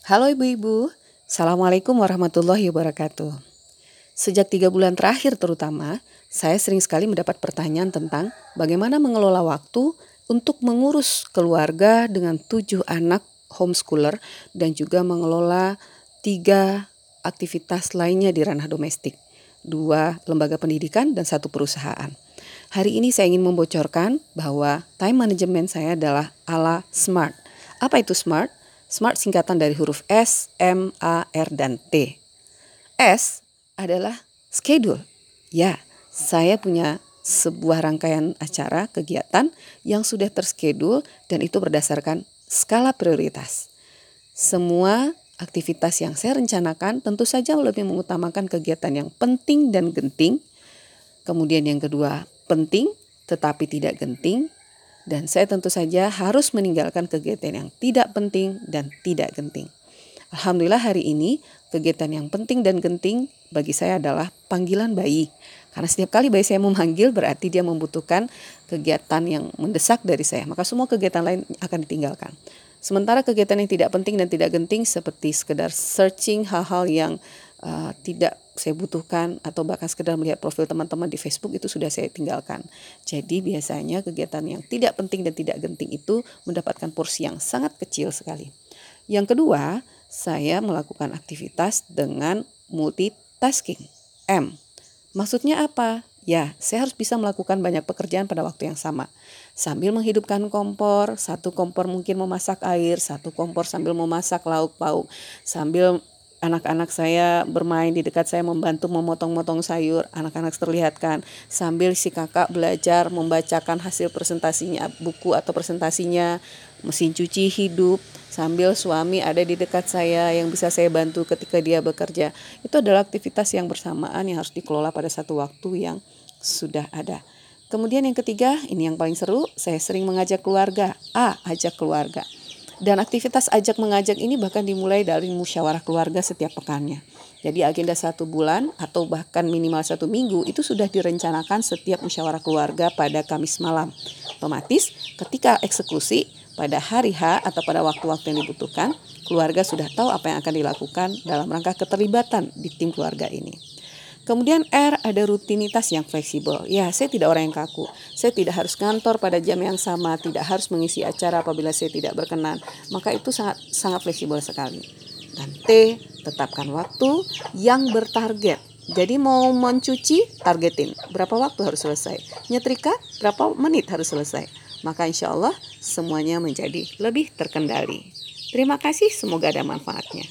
Halo ibu-ibu, Assalamualaikum warahmatullahi wabarakatuh. Sejak 3 bulan terakhir terutama, saya sering sekali mendapat pertanyaan tentang bagaimana mengelola waktu untuk mengurus keluarga dengan 7 anak homeschooler dan juga mengelola 3 aktivitas lainnya di ranah domestik, 2 lembaga pendidikan dan 1 perusahaan. Hari ini saya ingin membocorkan bahwa time management saya adalah ala SMART. Apa itu SMART? SMART singkatan dari huruf S, M, A, R, dan T. S adalah schedule. Ya, saya punya sebuah rangkaian acara, kegiatan yang sudah terschedule dan itu berdasarkan skala prioritas. Semua aktivitas yang saya rencanakan tentu saja lebih mengutamakan kegiatan yang penting dan genting. Kemudian yang kedua, penting tetapi tidak genting. Dan saya tentu saja harus meninggalkan kegiatan yang tidak penting dan tidak genting. Alhamdulillah hari ini kegiatan yang penting dan genting bagi saya adalah panggilan bayi. Karena setiap kali bayi saya memanggil berarti dia membutuhkan kegiatan yang mendesak dari saya. Maka semua kegiatan lain akan ditinggalkan. Sementara kegiatan yang tidak penting dan tidak genting seperti sekedar searching hal-hal yang tidak saya butuhkan atau bahkan sekedar melihat profil teman-teman di Facebook itu sudah saya tinggalkan. Jadi biasanya kegiatan yang tidak penting dan tidak genting itu mendapatkan porsi yang sangat kecil sekali. Yang kedua, saya melakukan aktivitas dengan multitasking. M. Maksudnya apa? Ya, saya harus bisa melakukan banyak pekerjaan pada waktu yang sama. Sambil menghidupkan kompor, satu kompor mungkin memasak air, satu kompor sambil memasak lauk pauk, sambil anak-anak saya bermain di dekat saya membantu memotong-motong sayur, anak-anak terlihatkan sambil si kakak belajar membacakan hasil presentasinya, buku atau presentasinya, mesin cuci hidup, sambil suami ada di dekat saya yang bisa saya bantu ketika dia bekerja. Itu adalah aktivitas yang bersamaan yang harus dikelola pada satu waktu yang sudah ada. Kemudian yang ketiga, ini yang paling seru, saya sering mengajak keluarga. Ajak keluarga. Dan aktivitas ajak mengajak ini bahkan dimulai dari musyawarah keluarga setiap pekannya. Jadi agenda 1 bulan atau bahkan minimal 1 minggu itu sudah direncanakan setiap musyawarah keluarga pada Kamis malam. Otomatis ketika eksekusi pada hari H atau pada waktu-waktu yang dibutuhkan, keluarga sudah tahu apa yang akan dilakukan dalam rangka keterlibatan di tim keluarga ini. Kemudian R, ada rutinitas yang fleksibel. Ya, saya tidak orang yang kaku. Saya tidak harus kantor pada jam yang sama, tidak harus mengisi acara apabila saya tidak berkenan. Maka itu sangat fleksibel sekali. Dan T, tetapkan waktu yang bertarget. Jadi mau mencuci, targetin. Berapa waktu harus selesai? Nyetrika, berapa menit harus selesai? Maka insya Allah semuanya menjadi lebih terkendali. Terima kasih, semoga ada manfaatnya.